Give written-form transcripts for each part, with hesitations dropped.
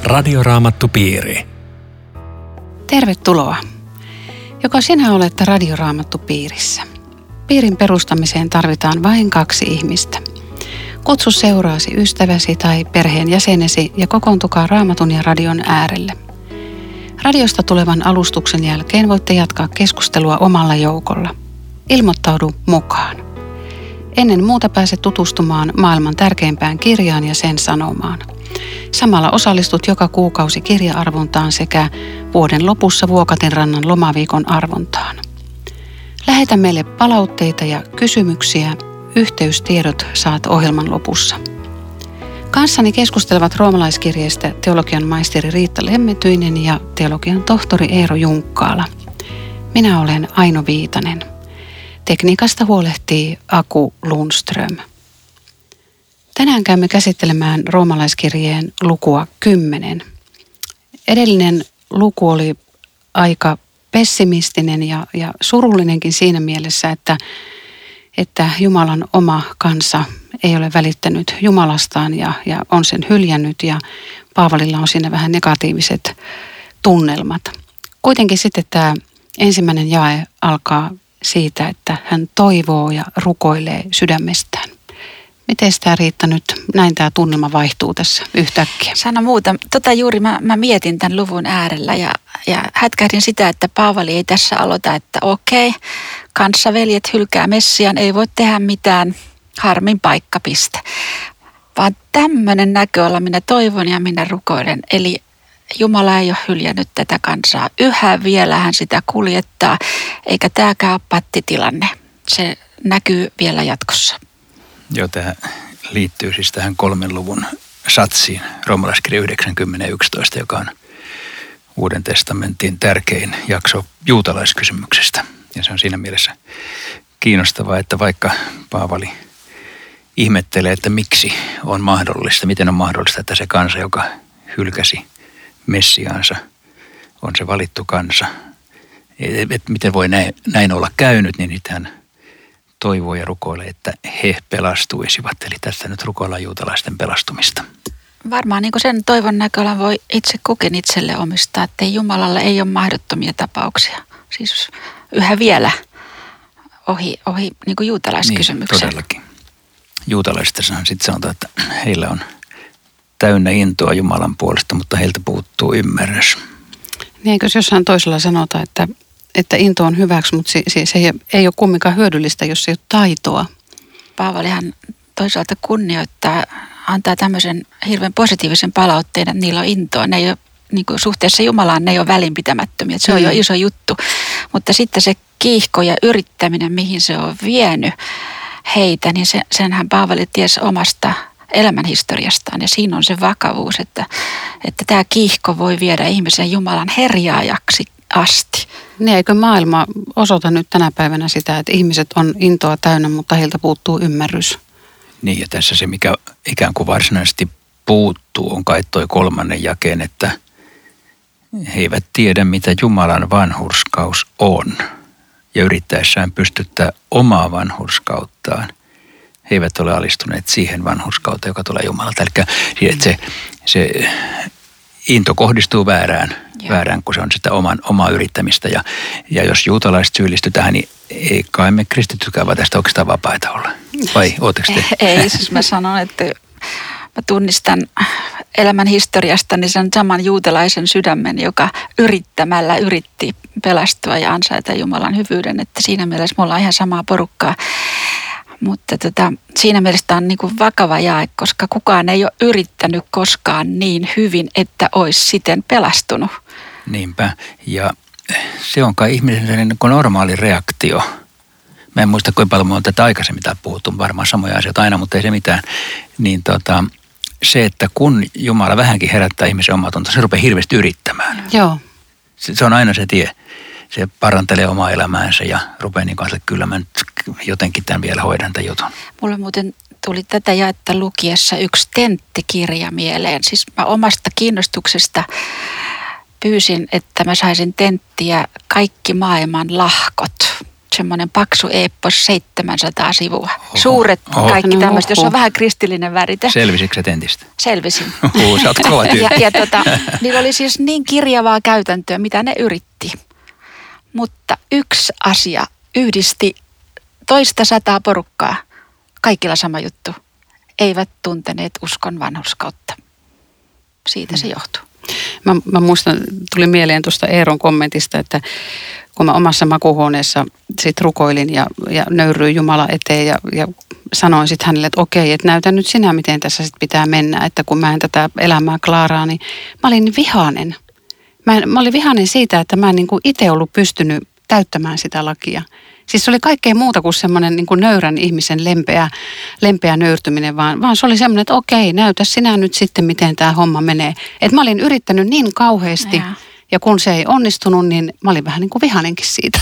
Radioraamattupiiri. Tervetuloa. Joko sinä olet Radioraamattupiirissä? Piirin perustamiseen tarvitaan vain 2 ihmistä. Kutsu seuraasi ystäväsi tai perheenjäsenesi ja kokoontukaa Raamatun ja radion äärelle. Radiosta tulevan alustuksen jälkeen voitte jatkaa keskustelua omalla joukolla. Ilmoittaudu mukaan. Ennen muuta pääset tutustumaan maailman tärkeimpään kirjaan ja sen sanomaan. Samalla osallistut joka kuukausi kirja-arvontaan sekä vuoden lopussa Vuokatinrannan lomaviikon arvontaan. Lähetä meille palautteita ja kysymyksiä. Yhteystiedot saat ohjelman lopussa. Kanssani keskustelevat roomalaiskirjeestä teologian maisteri Riitta Lemmetyinen ja teologian tohtori Eero Junkkaala. Minä olen Aino Viitanen. Tekniikasta huolehtii Aku Lundström. Tänään käymme käsittelemään roomalaiskirjeen lukua 10. Edellinen luku oli aika pessimistinen ja surullinenkin siinä mielessä, että Jumalan oma kansa ei ole välittänyt Jumalastaan ja on sen hyljännyt ja Paavalilla on siinä vähän negatiiviset tunnelmat. Kuitenkin sitten tämä ensimmäinen jae alkaa siitä, että hän toivoo ja rukoilee sydämestään. Miten tämä Riitta nyt, näin tämä tunnelma vaihtuu tässä yhtäkkiä? Sano muuta. Juuri mä mietin tämän luvun äärellä ja hätkähdin sitä, että Paavali ei tässä aloita, että okei, kanssaveljet hylkää Messian, ei voi tehdä mitään, harmin paikka, piste. Vaan tämmöinen näköala minä toivon ja minä rukoilen. Eli Jumala ei ole hyljännyt tätä kansaa. Yhä vielä hän sitä kuljettaa, eikä tämäkään ole pattitilanne. Se näkyy vielä jatkossa. Joo, tämä liittyy siis tähän 3 luvun satsiin, roomalaiskirja 9:11, joka on Uuden testamentin tärkein jakso juutalaiskysymyksestä. Ja se on siinä mielessä kiinnostavaa, että vaikka Paavali ihmettelee, että miksi on mahdollista, miten on mahdollista, että se kansa, joka hylkäsi Messiaansa, on se valittu kansa. Että miten voi näin olla käynyt, niin nyt hän toivoo ja rukoilee, että he pelastuisivat. Eli tässä nyt rukoillaan juutalaisten pelastumista. Varmaan niin kuin sen toivon näköalan voi itse kukin itselle omistaa, että Jumalalla ei ole mahdottomia tapauksia. Siis yhä vielä ohi niin kuin juutalaiskysymyksen. Niin, todellakin. Juutalaistahan sitten sanotaan, että heillä on täynnä intoa Jumalan puolesta, mutta heiltä puuttuu ymmärrys. Niin eikö jossain toisella sanota, että into on hyväksi, mutta se ei ole kumminkaan hyödyllistä, jos ei ole taitoa. Paavalihan toisaalta kunnioittaa, antaa tämmöisen hirveän positiivisen palautteen, että niillä on intoa. Ne ei ole, niin kuin suhteessa Jumalaan ne ei ole välinpitämättömiä, se on jo iso juttu. Mutta sitten se kiihko ja yrittäminen, mihin se on vienyt heitä, niin senhän Paavali tiesi omasta elämänhistoriastaan. Ja siinä on se vakavuus, että tämä kiihko voi viedä ihmisen Jumalan herjaajaksi asti. Niin eikö maailma osoita nyt tänä päivänä sitä, että ihmiset on intoa täynnä, mutta heiltä puuttuu ymmärrys? Niin ja tässä se, mikä ikään kuin varsinaisesti puuttuu, on kai toi 3. jakeen, että he eivät tiedä, mitä Jumalan vanhurskaus on. Ja yrittäessään pystyttää omaa vanhurskauttaan, he eivät ole alistuneet siihen vanhurskauteen, joka tulee Jumalalta. Eli että se into kohdistuu väärään, kun se on sitä omaa yrittämistä. Ja jos juutalaiset syyllistyy tähän, niin ei kai me kristitytkään vaan tästä oikeastaan vapaita olla. Vai ootteko te? Ei, siis mä sanon, että mä tunnistan elämän historiastani sen saman juutalaisen sydämen, joka yrittämällä yritti pelastua ja ansaita Jumalan hyvyyden. Että siinä mielessä me ollaan ihan samaa porukkaa. Mutta siinä mielessä tämä on niin kuin vakava jae, koska kukaan ei ole yrittänyt koskaan niin hyvin, että olisi siten pelastunut. Niinpä. Ja se on kai ihmisen niin kuin normaali reaktio. Mä en muista, kuinka paljon me on tätä aikaisemmin puhuttu, varmaan samoja asioita aina, mutta ei se mitään. Niin se, että kun Jumala vähänkin herättää ihmisen omatuntoa, se rupeaa hirveästi yrittämään. Joo. Se on aina se tie. Se parantelee omaa elämäänsä ja rupeaa niin kuin, että kyllä mä nyt jotenkin tämän vielä hoidan tämän jutun. Mulle muuten tuli tätä jaetta lukiessa yksi tenttikirja mieleen. Siis mä omasta kiinnostuksesta pyysin, että mä saisin tenttiä Kaikki maailman lahkot. semmoinen paksu eeppos, 700 sivua. Suuret kaikki tämmöiset, jos on vähän kristillinen värite. Selvisikö sä tentistä? Selvisin. Sä oot kova tyyppi. Niillä oli siis niin kirjavaa käytäntöä, mitä ne yritti. Mutta yksi asia yhdisti toista 100 porukkaa. Kaikilla sama juttu. Eivät tunteneet uskon vanhurskautta. Siitä se johtuu. Mä muistan, tuli mieleen tuosta Eeron kommentista, että kun mä omassa makuuhuoneessa sit rukoilin ja nöyrryin Jumala eteen ja sanoin sitten hänelle, että okei, että näytä nyt sinä, miten tässä sitten pitää mennä, että kun mä en tätä elämää klaaraa, niin mä olin vihainen. Mä olin vihainen siitä, että mä en niin kuin itse ollut pystynyt täyttämään sitä lakia. Siis se oli kaikkea muuta kuin semmoinen niin kuin nöyrän ihmisen lempeä nöyrtyminen, vaan se oli semmoinen, että okei, näytä sinä nyt sitten, miten tämä homma menee. Että mä olin yrittänyt niin kauheasti ja kun se ei onnistunut, niin mä olin vähän niin kuin vihainenkin siitä.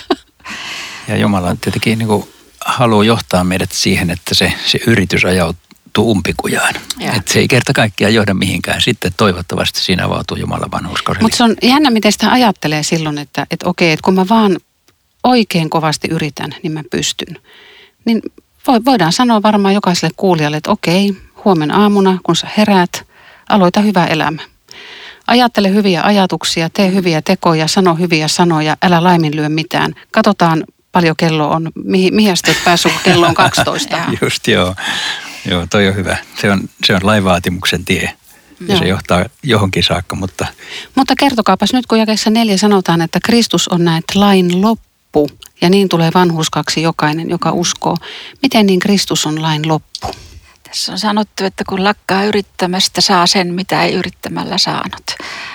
Ja Jumala tietenkin niin kuin haluaa johtaa meidät siihen, että se yritys ajautuu umpikujaan. Että se ei kerta kaikkiaan johda mihinkään. Sitten toivottavasti siinä avautuu Jumalan vanhurskaus. Mutta se on jännä, miten sitä ajattelee silloin, että okei, että kun mä vaan oikein kovasti yritän, niin mä pystyn. Niin voidaan sanoa varmaan jokaiselle kuulijalle, että okei, huomenna aamuna, kun sä heräät, aloita hyvä elämä. Ajattele hyviä ajatuksia, tee hyviä tekoja, sano hyviä sanoja, älä laiminlyö mitään. Katsotaan, paljon kello on, mihin sä oot päässyt, kun kello on 12. Just joo, toi on hyvä. Se on lainvaatimuksen tie. Ja se johtaa johonkin saakka, mutta kertokaapas nyt, kun jakeessa 4 sanotaan, että Kristus on näet lain loppu, ja niin tulee vanhurskaksi jokainen, joka uskoo. Miten niin Kristus on lain loppu? Tässä on sanottu, että kun lakkaa yrittämästä, saa sen, mitä ei yrittämällä saanut.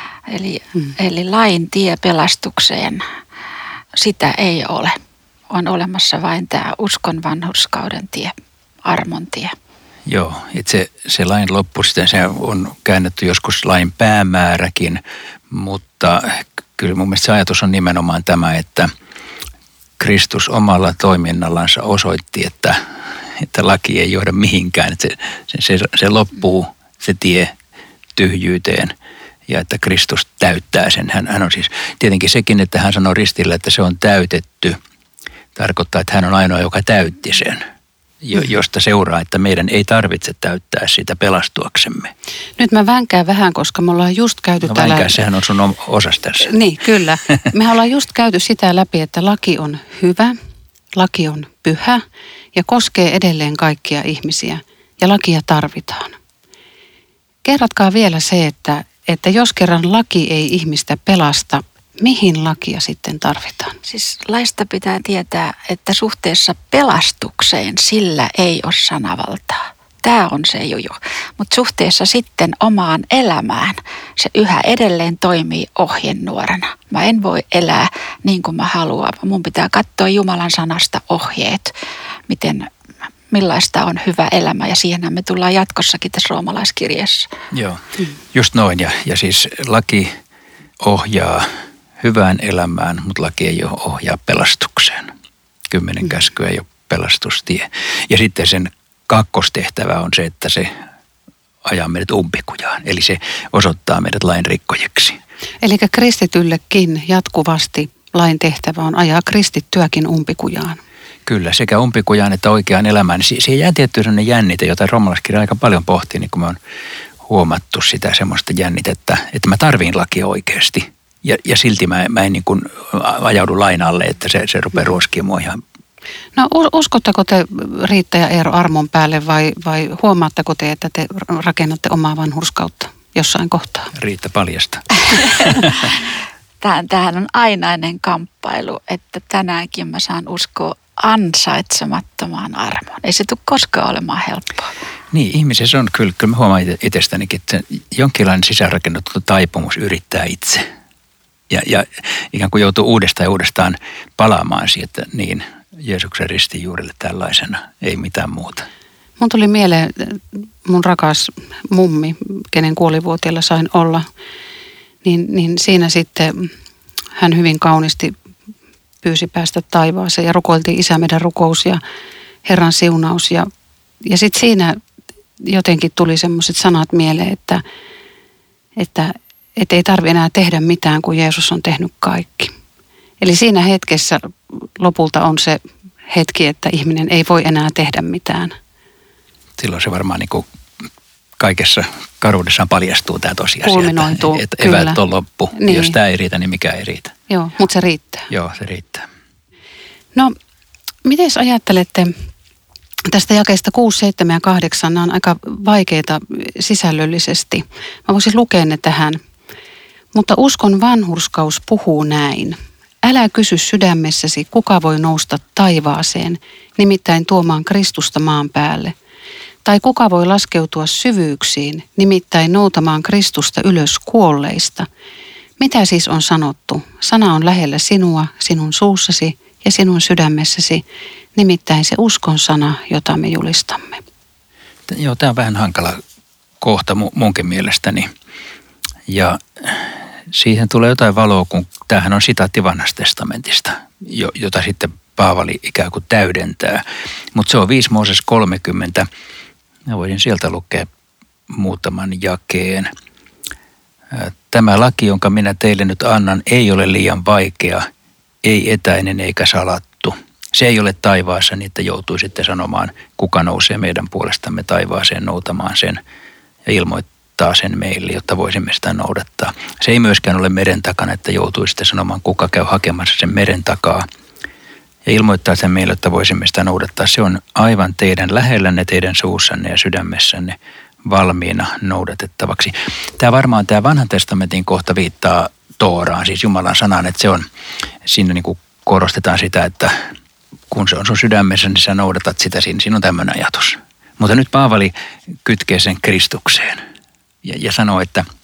Eli lain tie pelastukseen, sitä ei ole. On olemassa vain tämä uskon vanhurskauden tie, armon tie. Joo, että se lain loppu sitten, se on käännetty joskus lain päämääräkin, mutta kyllä mun mielestä se ajatus on nimenomaan tämä, että Kristus omalla toiminnallansa osoitti, että laki ei johda mihinkään, että se loppuu, se tie tyhjyyteen ja että Kristus täyttää sen. Hän on siis tietenkin sekin, että hän sanoo ristillä, että se on täytetty, tarkoittaa, että hän on ainoa, joka täytti sen. Josta seuraa, että meidän ei tarvitse täyttää sitä pelastuaksemme. Nyt mä vänkään vähän, koska me ollaan just käyty täällä... Vänkään, sehän on sun osas tässä. Niin, kyllä. Me ollaan just käyty sitä läpi, että laki on hyvä, laki on pyhä ja koskee edelleen kaikkia ihmisiä ja lakia tarvitaan. Kerratkaa vielä se, että jos kerran laki ei ihmistä pelasta, mihin lakia sitten tarvitaan? Siis laista pitää tietää, että suhteessa pelastukseen sillä ei ole sanavaltaa. Tämä on se juju. Mutta suhteessa sitten omaan elämään se yhä edelleen toimii ohjenuorana. Mä en voi elää niin kuin mä haluan. Mun pitää katsoa Jumalan sanasta ohjeet, millaista on hyvä elämä. Ja siihen me tullaan jatkossakin tässä roomalaiskirjassa. Joo, just noin. Ja siis laki ohjaa hyvään elämään, mutta laki ei ohjaa pelastukseen. 10 käskyä ei ole pelastustie. Ja sitten sen kakkostehtävä on se, että se ajaa meidät umpikujaan. Eli se osoittaa meidät lain rikkojiksi. Eli kristityllekin jatkuvasti lain tehtävä on ajaa kristittyäkin umpikujaan. Kyllä, sekä umpikujaan että oikeaan elämään. Siihen jää tietty sellainen jännite, jota roomalaiskirja aika paljon pohtii, niin kun me on huomattu sitä semmoista jännitettä, että mä tarviin lakia oikeasti. Ja silti mä en niin kuin ajaudu lain alle, että se rupeaa ruoskimaan mua ihan. No uskotteko te, Riitta ja Eero, armon päälle vai huomaatteko te, että te rakennatte omaa vanhurskautta jossain kohtaa? Riitta, paljasta. Tämähän on ainainen kamppailu, että tänäänkin mä saan uskoa ansaitsemattomaan armoon. Ei se tule koskaan olemaan helppoa. Niin, ihmisessä on kyllä mä huomaan itsestänikin, että jonkinlainen sisäänrakennettu taipumus yrittää itse. Ja ikään kuin joutuu uudestaan palaamaan siitä niin Jeesuksen ristin juurelle tällaisena, ei mitään muuta. Mun tuli mieleen mun rakas mummi, kenen kuolivuotiailla sain olla, niin siinä sitten hän hyvin kauniisti pyysi päästä taivaaseen ja rukoiltiin Isä meidän rukous ja Herran siunaus. Ja sitten siinä jotenkin tuli semmoiset sanat mieleen, että ei tarvitse enää tehdä mitään, kun Jeesus on tehnyt kaikki. Eli siinä hetkessä lopulta on se hetki, että ihminen ei voi enää tehdä mitään. Silloin se varmaan niin kuin kaikessa karuudessaan paljastuu tämä tosiasia. Kulminoituu, että eväät on loppu. Niin. Jos tämä ei riitä, niin mikä ei riitä. Joo, mutta se riittää. Joo, se riittää. No, miten ajattelette tästä jakeesta 6, 7 ja 8? Nämä on aika vaikeita sisällöllisesti. Mä voisin lukea ne tähän. Mutta uskon vanhurskaus puhuu näin. Älä kysy sydämessäsi, kuka voi nousta taivaaseen, nimittäin tuomaan Kristusta maan päälle. Tai kuka voi laskeutua syvyyksiin, nimittäin noutamaan Kristusta ylös kuolleista. Mitä siis on sanottu? Sana on lähellä sinua, sinun suussasi ja sinun sydämessäsi, nimittäin se uskon sana, jota me julistamme. Joo, tämä on vähän hankala kohta munkin mielestäni. Ja siihen tulee jotain valoa, kun tämähän on sitaatti Vanhasta testamentista, jota sitten Paavali ikään kuin täydentää. Mutta se on 5 Mooses 30. Mä voisin sieltä lukea muutaman jakeen. Tämä laki, jonka minä teille nyt annan, ei ole liian vaikea, ei etäinen eikä salattu. Se ei ole taivaassa, niin että joutuisitte sanomaan, kuka nousee meidän puolestamme taivaaseen noutamaan sen ja ilmoittaa sen meille, jotta voisimme sitä noudattaa. Se ei myöskään ole meren takana, että joutuisitte sanomaan, kuka käy hakemassa sen meren takaa ja ilmoittaa sen meille, jotta voisimme sitä noudattaa. Se on aivan teidän lähellänne, teidän suussanne ja sydämessänne valmiina noudatettavaksi. Tämä Vanhan testamentin kohta viittaa Tooraan, siis Jumalan sanaan, että se on, siinä niin kuin korostetaan sitä, että kun se on sun sydämessä, niin sä noudatat sitä, siinä on tämmöinen ajatus. Mutta nyt Paavali kytkee sen Kristukseen ja sanoo,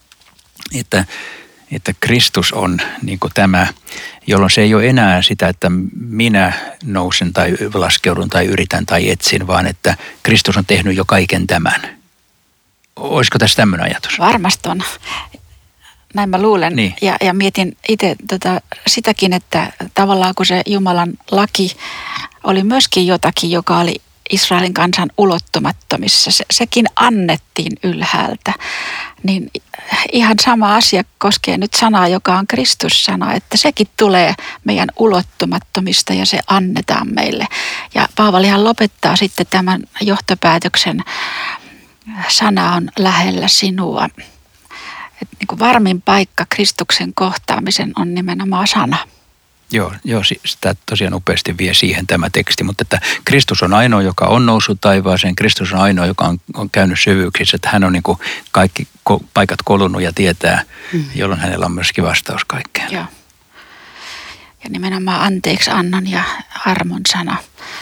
että Kristus on niin kuin tämä, jolloin se ei ole enää sitä, että minä nousen tai laskeudun tai yritän tai etsin, vaan että Kristus on tehnyt jo kaiken tämän. Olisiko tässä tämmöinen ajatus? Varmasti on. Näin mä luulen. Niin. Ja mietin itse sitäkin, että tavallaan kun se Jumalan laki oli myöskin jotakin, joka oli Israelin kansan ulottumattomissa. Sekin annettiin ylhäältä. Niin ihan sama asia koskee nyt sanaa, joka on Kristus-sana, että sekin tulee meidän ulottumattomista ja se annetaan meille. Ja Paavalihan lopettaa sitten tämän johtopäätöksen, sana on lähellä sinua. Että niin kuin varmin paikka Kristuksen kohtaamisen on nimenomaan sana. Joo, sitä tosiaan upeasti vie siihen tämä teksti, mutta että Kristus on ainoa, joka on noussut taivaaseen, Kristus on ainoa, joka on käynyt syvyyksissä, että hän on niin kuin kaikki paikat kolunut ja tietää, jolloin hänellä on myöskin vastaus kaikkeen. Joo. Ja nimenomaan anteeksi annon ja armon sana.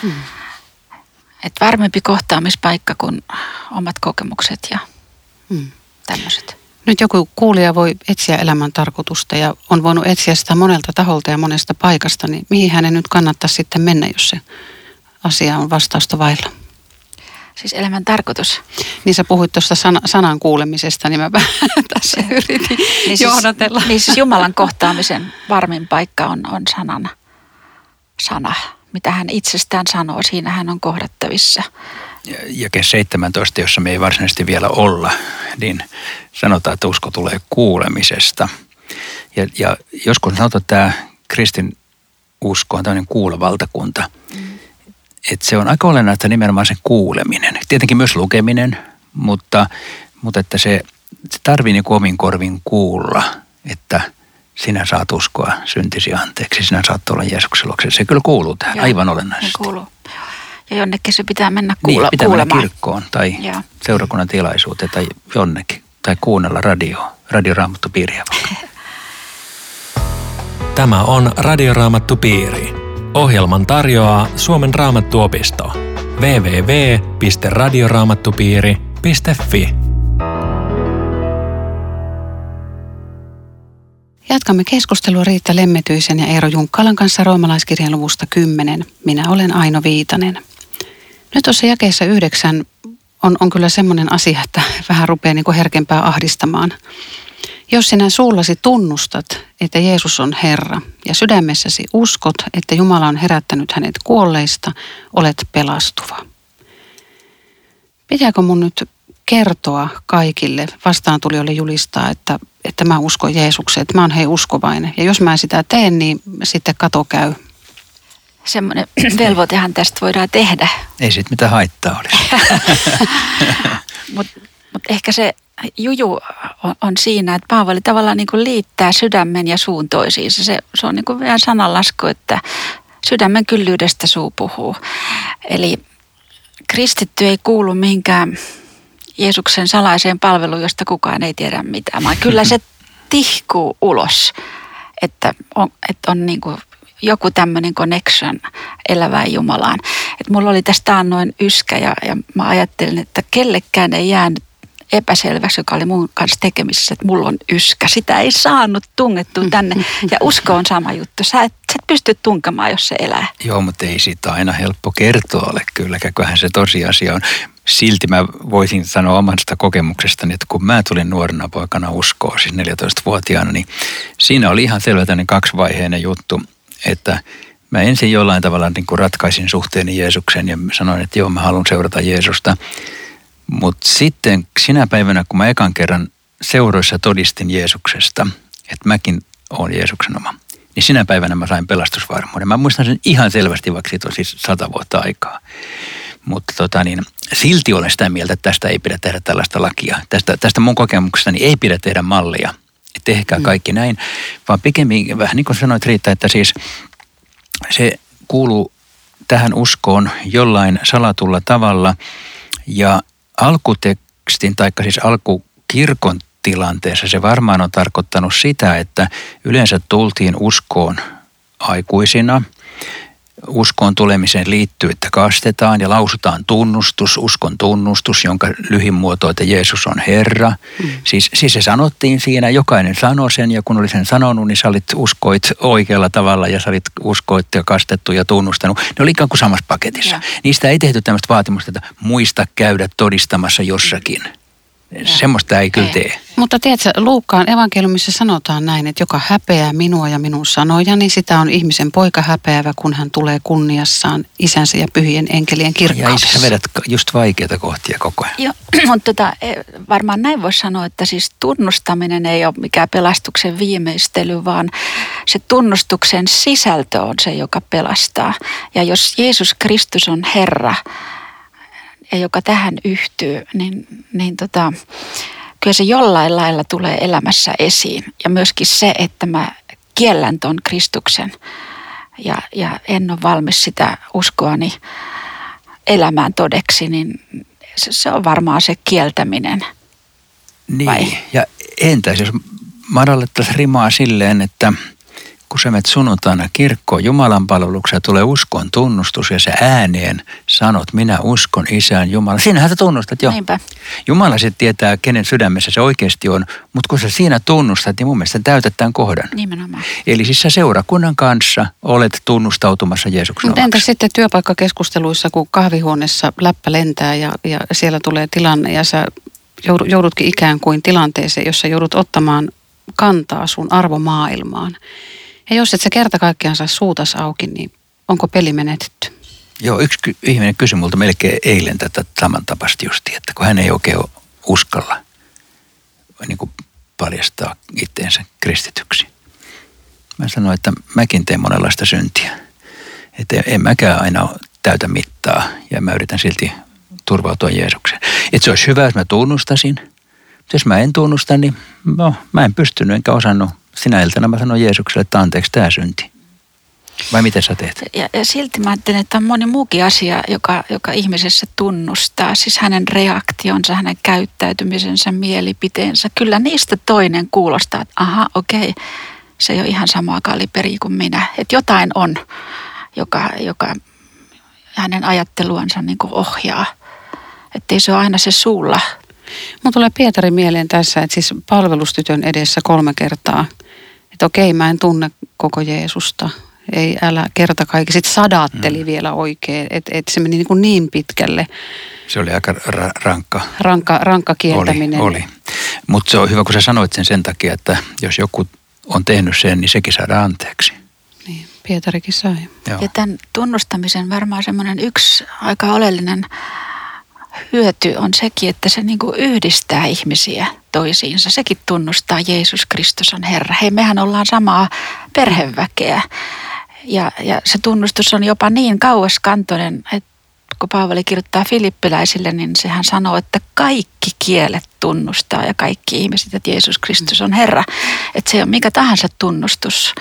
Että varmempi kohtaamispaikka kuin omat kokemukset ja tämmöiset. Nyt joku kuulija voi etsiä elämän tarkoitusta ja on voinut etsiä sitä monelta taholta ja monesta paikasta, niin mihin hänen nyt kannattaisi sitten mennä, jos se asia on vastausta vailla? Siis elämän tarkoitus. Niin sä puhuit tuosta sanan kuulemisesta, niin mä tässä yritin johdatella. Siis Jumalan kohtaamisen varmin paikka on sana. Mitä hän itsestään sanoo, siinä hän on kohdattavissa. Jake 17, jossa me ei varsinaisesti vielä olla, niin sanotaan, että usko tulee kuulemisesta. Ja joskus sanotaan, että tämä kristin usko on tämmöinen kuulevaltakunta. Että se on aika olennaista nimenomaan sen kuuleminen. Tietenkin myös lukeminen, mutta että se tarvii niin kuin omin korvin kuulla, että sinä saat uskoa syntisi anteeksi, sinä saat olla Jeesuksen luokse. Se kyllä kuuluu tähän aivan olennaisesti. Se kuuluu. Ja jonnekin se pitää mennä kuulemaan. Pitää mennä kirkkoon tai seurakunnan tilaisuuteen tai jonnekin. Tai kuunnella radioraamattupiiriä vaikka. Tämä on Radioraamattupiiri. Ohjelman tarjoaa Suomen Raamattuopisto. www.radioraamattupiiri.fi. Jatkamme keskustelua Riitta Lemmetyisen ja Eero Junkkalan kanssa Roomalaiskirjan luvusta 10. Minä olen Aino Viitanen. Nyt tuossa jakeessa 9 on kyllä semmoinen asia, että vähän rupeaa niin kuin herkempää ahdistamaan. Jos sinä suullasi tunnustat, että Jeesus on Herra ja sydämessäsi uskot, että Jumala on herättänyt hänet kuolleista, olet pelastuva. Pitääkö mun nyt kertoa kaikille vastaantulijoille, julistaa, että mä uskon Jeesukseen, että mä oon uskovainen. Ja jos mä sitä teen, niin sitten kato käy. Semmoinen velvoitehan tästä voidaan tehdä. Ei siitä mitään haittaa olisi. Mutta ehkä se juju on siinä, että Paavali tavallaan niin kuin liittää sydämen ja suun toisiinsa. Se on niin kuin vähän sananlasku, että sydämen kyllyydestä suu puhuu. Eli kristitty ei kuulu mihinkään Jeesuksen salaiseen palveluun, josta kukaan ei tiedä mitään. Vaan kyllä se tihkuu ulos, että on niin kuin joku tämmöinen connection elävään Jumalaan. Että mulla oli tästä taannoin yskä ja mä ajattelin, että kellekään ei jäänyt epäselväksi, joka oli mun kanssa tekemisissä, että mulla on yskä. Sitä ei saanut tungettua tänne. Ja usko on sama juttu. Sä et pysty tunkemaan, jos se elää. Joo, mutta ei siitä aina helppo kertoa ole kylläkään, kyllähän se tosiasia on. Silti mä voisin sanoa omasta kokemuksestani, että kun mä tulin nuorena poikana uskoon, siis 14-vuotiaana, niin siinä oli ihan selvä tämmöinen kaksivaiheinen juttu, että mä ensin jollain tavalla niin kuin ratkaisin suhteeni Jeesukseen ja sanoin, että joo, mä haluan seurata Jeesusta. Mutta sitten sinä päivänä, kun mä ekan kerran seuroissa todistin Jeesuksesta, että mäkin olen Jeesuksen oma, niin sinä päivänä mä sain pelastusvarmuuden. Mä muistan sen ihan selvästi, vaikka siitä on siis 100 vuotta aikaa. Mutta silti olen sitä mieltä, että tästä ei pidä tehdä tällaista lakia. Tästä mun kokemuksestani ei pidä tehdä mallia. Tehkää kaikki näin, vaan pikemmin vähän niin kuin sanoit Riitta, että siis se kuuluu tähän uskoon jollain salatulla tavalla ja alkutekstin, taikka siis alkukirkon tilanteessa se varmaan on tarkoittanut sitä, että yleensä tultiin uskoon aikuisina. Uskoon tulemiseen liittyy, että kastetaan ja lausutaan tunnustus, uskon tunnustus, jonka lyhin muoto, että Jeesus on Herra. Siis se sanottiin siinä, jokainen sanoi sen ja kun oli sen sanonut, niin sä uskoit oikealla tavalla ja sä uskoit ja kastettu ja tunnustanut. Ne oli ikään kuin samassa paketissa. Ja. Niistä ei tehty tämmöistä vaatimusta, että muista käydä todistamassa jossakin. Semmoista ei kyllä tee. Mutta tiedätkö, Luukkaan evankeliumissa sanotaan näin, että joka häpeää minua ja minun sanojani, sitä on ihmisen poika häpeävä, kun hän tulee kunniassaan isänsä ja pyhien enkelien kirkkaudessa. Ja sä vedät just vaikeita kohtia koko ajan. Joo, mutta varmaan näin voisi sanoa, että siis tunnustaminen ei ole mikään pelastuksen viimeistely, vaan se tunnustuksen sisältö on se, joka pelastaa. Ja jos Jeesus Kristus on Herra, ja joka tähän yhtyy, niin kyllä se jollain lailla tulee elämässä esiin. Ja myöskin se, että mä kiellän ton Kristuksen ja en ole valmis sitä uskoani elämään todeksi, niin se on varmaan se kieltäminen. Niin, vai? Ja entäs jos madallettaisiin rimaa silleen, että kun sä menet sunnuntaina kirkkoon Jumalan palvelukseen, tulee uskon tunnustus ja sä ääneen sanot, minä uskon Isään Jumalan. Siinähän sä tunnustat jo. Niinpä. Jumala sitten tietää, kenen sydämessä se oikeasti on, mutta kun sä siinä tunnustat, niin mun mielestä täytät tämän kohdan. Nimenomaan. Eli siis sä seurakunnan kanssa olet tunnustautumassa Jeesuksen omaksi. Mutta entä sitten työpaikkakeskusteluissa, kun kahvihuoneessa läppä lentää ja siellä tulee tilanne ja sä joudutkin ikään kuin tilanteeseen, jossa joudut ottamaan kantaa sun arvomaailmaan. Ja jos et sä kerta kaikkiaan saa suutas auki, niin onko peli menetetty? Joo, yksi ihminen kysyi multa melkein eilen tätä samantapaista justiin, että kun hän ei oikein uskalla niin kuin paljastaa itteensä kristityksi. Mä sanoin, että mäkin teen monenlaista syntiä. Että en mäkään aina täytä mittaa ja mä yritän silti turvautua Jeesukseen. Että se olisi hyvä, jos mä tunnustasin. Mutta jos mä en tunnusta, niin mä en pystynyt enkä osannut. Sinä iltana mä sanoin Jeesukselle, että anteeksi tämä synti. Vai miten sä teet? Ja silti mä ajattelen, että on moni muukin asia, joka ihmisessä tunnustaa. Siis hänen reaktionsa, hänen käyttäytymisensä, mielipiteensä. Kyllä niistä toinen kuulostaa, että aha, okei, se ei ole ihan samaa kaliberiä kuin minä. Että jotain on, joka hänen ajatteluansa niin kuin ohjaa. Että ei se ole aina se suulla. Mun tulee Pietari mieleen tässä, että siis palvelustytön edessä 3 kertaa, että okei, mä en tunne koko Jeesusta. Ei, älä kerta kaikki. Sitten sadatteli vielä oikein, että se meni niin pitkälle. Se oli aika rankka. Rankka kieltäminen. Oli. Mutta se on hyvä, kun sä sanoit sen takia, että jos joku on tehnyt sen, niin sekin saadaan anteeksi. Niin, Pietarikin sai. Joo. Ja tämän tunnustamisen varmaan semmoinen yksi aika oleellinen hyöty on sekin, että se niin kuin yhdistää ihmisiä toisiinsa. Sekin tunnustaa Jeesus Kristus on Herra. Hei, mehän ollaan samaa perheväkeä. Ja se tunnustus on jopa niin kauaskantoinen, että kun Paavali kirjoittaa filippiläisille, niin sehän sanoo, että kaikki kielet tunnustaa ja kaikki ihmiset, että Jeesus Kristus on Herra. Että se ei ole mikä tahansa tunnustus.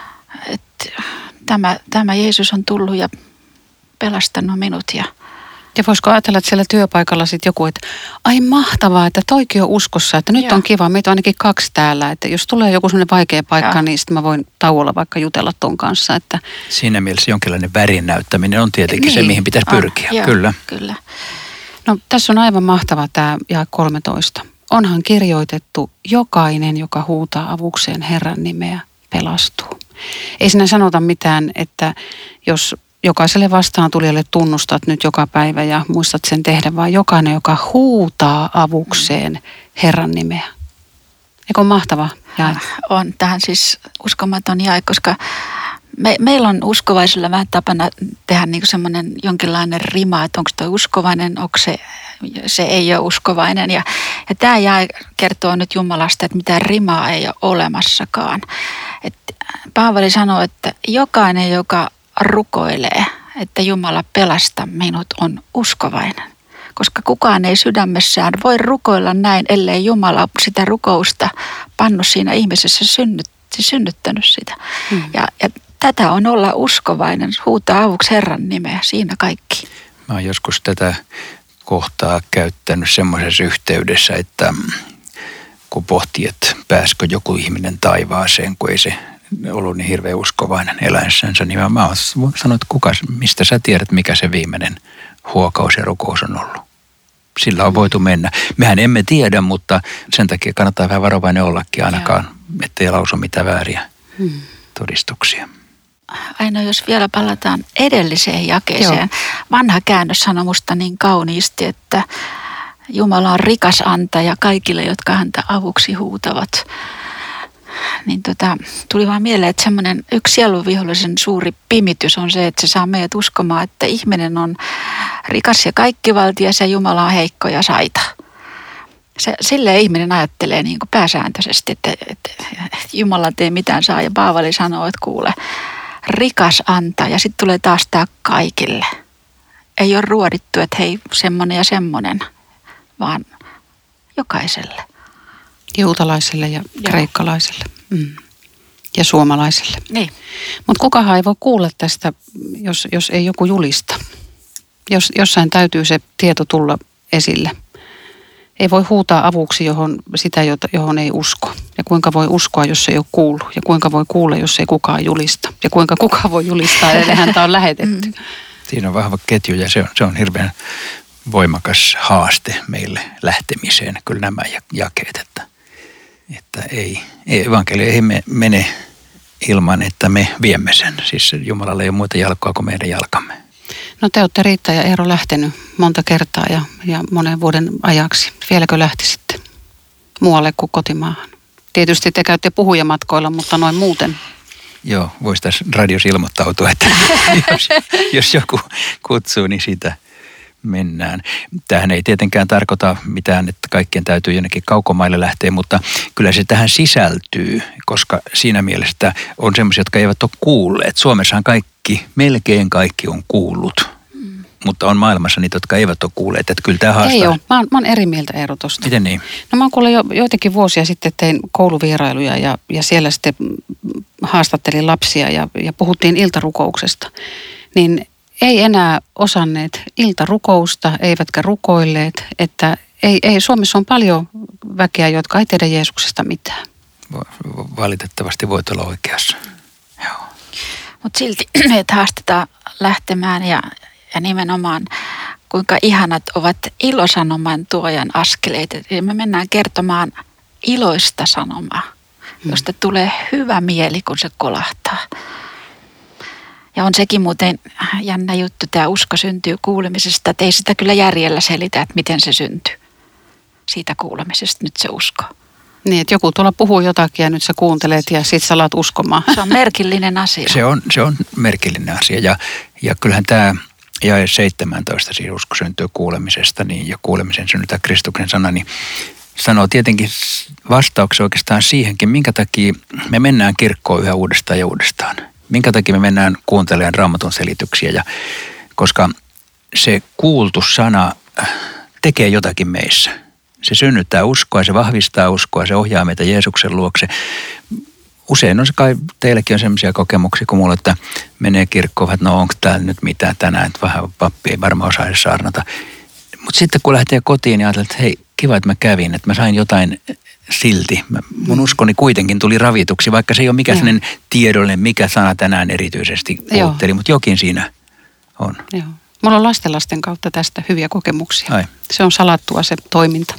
Että tämä Jeesus on tullut ja pelastanut minut. Ja voisiko ajatella, että siellä työpaikalla sitten joku, että ai mahtavaa, että toikin on uskossa, että nyt on kiva, meitä on ainakin 2 täällä, että jos tulee joku sellainen vaikea paikka, niin sitten mä voin tauolla vaikka jutella ton kanssa. Että siinä mielessä jonkinlainen värin näyttäminen on tietenkin se, mihin pitäisi pyrkiä. Kyllä. No tässä on aivan mahtava tämä jae 13. Onhan kirjoitettu, jokainen, joka huutaa avukseen Herran nimeä, pelastuu. Ei siinä sanota mitään, että jos jokaiselle vastaantulijalle tunnustat nyt joka päivä ja muistat sen tehdä, vaan jokainen, joka huutaa avukseen Herran nimeä. Eikö ole mahtava jae? On. Tähän siis uskomaton jae, koska meillä on uskovaisilla vähän tapana tehdä niin semmoinen jonkinlainen rima, että onko toi uskovainen, onko se ei ole uskovainen. Ja tämä jae kertoo nyt Jumalasta, että mitään rimaa ei ole olemassakaan. Paavali sanoo, että jokainen, joka rukoilee, että Jumala pelasta minut, on uskovainen. Koska kukaan ei sydämessään voi rukoilla näin, ellei Jumala sitä rukousta pannut siinä ihmisessä synnyttänyt sitä. Ja tätä on olla uskovainen, huutaa avuksi Herran nimeä, siinä kaikki. Mä oon joskus tätä kohtaa käyttänyt semmoisessa yhteydessä, että kun pohtii, että pääskö joku ihminen taivaaseen, kun ei se ollut niin hirveän uskovainen eläessänsä, niin mä oon sanonut, että mistä sä tiedät, mikä se viimeinen huokaus ja rukous on ollut. Sillä on voitu mennä. Mehän emme tiedä, mutta sen takia kannattaa vähän varovainen ollakin ainakaan, ettei lausu mitään vääriä todistuksia. Aina jos vielä palataan edelliseen jakeeseen. Joo. Vanha käännös sanoi musta niin kauniisti, että Jumala on rikas antaja kaikille, jotka häntä avuksi huutavat. Niin tuli vaan mieleen, että semmoinen yksi sielunvihollisen suuri pimitys on se, että se saa meidät uskomaan, että ihminen on rikas ja kaikkivaltias ja Jumala on heikko ja saita. Silleen ihminen ajattelee niin kuin pääsääntöisesti, että Jumala ei mitään saa ja Paavali sanoo, että kuule, rikas antaa ja sitten tulee taas tämä kaikille. Ei ole ruodittu, että hei semmoinen ja semmoinen, vaan jokaiselle. Juutalaiselle ja kreikkalaiselle ja suomalaiselle. Niin. Mutta kukahan ei voi kuulla tästä, jos ei joku julista. Jossain täytyy se tieto tulla esille. Ei voi huutaa avuksi johon ei usko. Ja kuinka voi uskoa, jos ei ole kuullut. Ja kuinka voi kuulla, jos ei kukaan julista. Ja kuinka kukaan voi julistaa, ellei häntä on lähetetty. Siinä on vahva ketju ja se on hirveän voimakas haaste meille lähtemiseen. Kyllä nämä jakeet, että ei evankeli ei mene ilman, että me viemme sen. Siis Jumalalle ei ole muita jalkoa kuin meidän jalkamme. No te olette Riitta ja Eero lähtenyt monta kertaa ja monen vuoden ajaksi. Vieläkö lähtisitte muualle kuin kotimaahan? Tietysti te käytte puhujamatkoilla, mutta noin muuten. Joo, voisi tässä radios ilmoittautua, että jos joku kutsuu, niin sitä mennään. Tämähän ei tietenkään tarkoita mitään, että kaikkien täytyy jonnekin kaukomaille lähteä, mutta kyllä se tähän sisältyy, koska siinä mielessä on semmoisia, jotka eivät ole kuulleet. Suomessahan melkein kaikki on kuullut, mutta on maailmassa niitä, jotka eivät ole kuulleet, että kyllä tämä haastaa. Ei ole. Mä oon eri mieltä, Eero, tosta. Miten niin? No mä oon kuullut joitakin vuosia sitten, tein kouluvierailuja ja siellä sitten haastattelin lapsia ja puhuttiin iltarukouksesta. Niin ei enää osanneet iltarukousta, eivätkä rukoilleet, että ei Suomessa on paljon väkeä, jotka ei tiedä Jeesuksesta mitään. Valitettavasti voit olla oikeassa. Joo. Mutta silti meitä haastetaan lähtemään ja nimenomaan kuinka ihanat ovat ilosanoman tuojan askeleet. Eli me mennään kertomaan iloista sanomaa, josta tulee hyvä mieli, kun se kolahtaa. Ja on sekin muuten jännä juttu, tämä usko syntyy kuulemisesta, että ei sitä kyllä järjellä selitä, että miten se syntyy. Siitä kuulemisesta nyt se usko. Niin, että joku tuolla puhuu jotakin ja nyt sä kuuntelet ja sit sä alat uskomaan. Se on merkillinen asia. Se on merkillinen asia ja kyllähän tämä jae 17, siis usko syntyy kuulemisesta, niin ja kuulemisen synnyttää Kristuksen sana, niin sanoo tietenkin vastauksen oikeastaan siihenkin, minkä takia me mennään kirkkoon yhä uudestaan ja uudestaan. Minkä takia me mennään kuuntelemaan Raamatun selityksiä, ja koska se kuultu sana tekee jotakin meissä. Se synnyttää uskoa, se vahvistaa uskoa, se ohjaa meitä Jeesuksen luokse. Usein on se kai, teilläkin on sellaisia kokemuksia kuin mulla, että menee kirkkoon, että no onko täällä nyt mitään tänään, että vähän pappi ei varmaan osaisi saarnata. Mutta sitten kun lähtee kotiin, niin ajattelee, että hei, kiva, että mä kävin, että mä sain jotain silti. Mun uskoni kuitenkin tuli ravituksi, vaikka se ei ole mikään sellainen tiedollinen, mikä sana tänään erityisesti puhutteli, mutta jokin siinä on. Joo. Mulla on lastenlasten kautta tästä hyviä kokemuksia. Ai. Se on salattua se toiminta.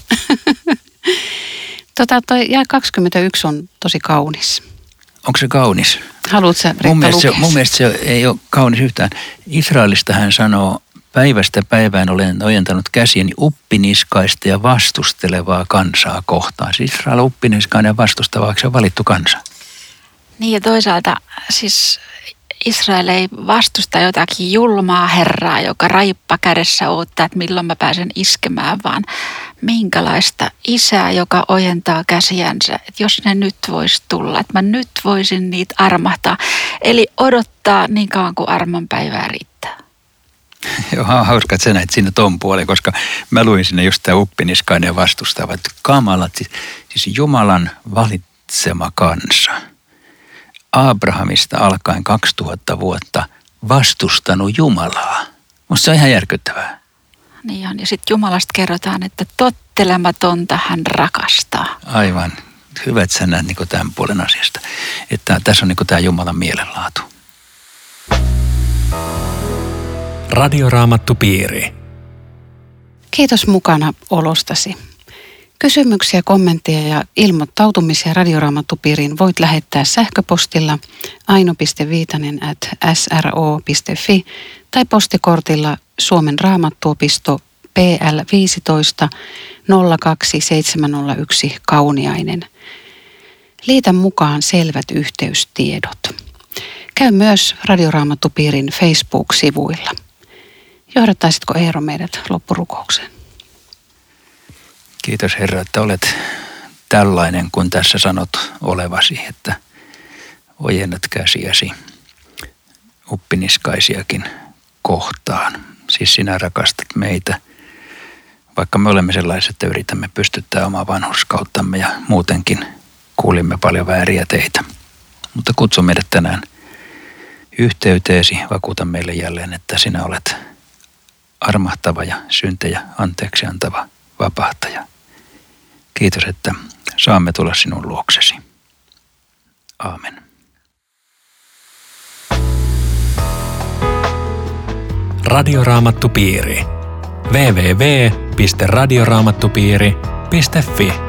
Toi jae 21 on tosi kaunis. Onko se kaunis? Haluatko sä, Riitta, lukea? Mun mielestä se ei ole kaunis yhtään. Israelista hän sanoo, päivästä päivään olen ojentanut käsieni uppiniskaista ja vastustelevaa kansaa kohtaan. Siis Israel on uppiniskainen ja vastustava, se on valittu kansa. Niin ja toisaalta siis Israel ei vastusta jotakin julmaa herraa, joka raippa kädessä odottaa, että milloin mä pääsen iskemään, vaan minkälaista isää, joka ojentaa käsiänsä, että jos ne nyt vois tulla, että mä nyt voisin niitä armahtaa. Eli odottaa niin kauan kuin armon päivää riittää. Joo, hauska, että sä näit siinä ton puolen, koska mä luin sinne just tämä uppiniskainen ja vastustava, että kamalat, siis Jumalan valitsema kansa. Abrahamista alkaen 2000 vuotta vastustanut Jumalaa. Musta se on ihan järkyttävää. Niin on. Ja sitten Jumalasta kerrotaan, että tottelematonta hän rakastaa. Aivan. Hyvä, että sä näet niin tämän puolen asiasta. Että tässä on niin tämä Jumalan mielenlaatu. Radioraamattupiiri. Kiitos mukana olostasi. Kysymyksiä, kommentteja ja ilmoittautumisia Radioraamattupiiriin voit lähettää sähköpostilla aino.viitanen@sro.fi tai postikortilla Suomen Raamattuopisto PL 15 02701 Kauniainen. Liitä mukaan selvät yhteystiedot. Käy myös Radioraamattupiirin Facebook-sivuilla. Johdattaisitko Eero meidät loppurukoukseen? Kiitos Herra, että olet tällainen, kun tässä sanot olevasi, että ojennat käsiäsi uppiniskaisiakin kohtaan. Siis sinä rakastat meitä, vaikka me olemme sellaiset, että yritämme pystyttää omaa vanhurskauttamme ja muutenkin kuulimme paljon vääriä teitä. Mutta kutsu meidät tänään yhteyteesi, vakuuta meille jälleen, että sinä olet armahtava ja syntejä anteeksi antava vapahtaja. Kiitos, että saamme tulla sinun luoksesi. Aamen. Radioraamattupiiri. www.radioraamattupiiri.fi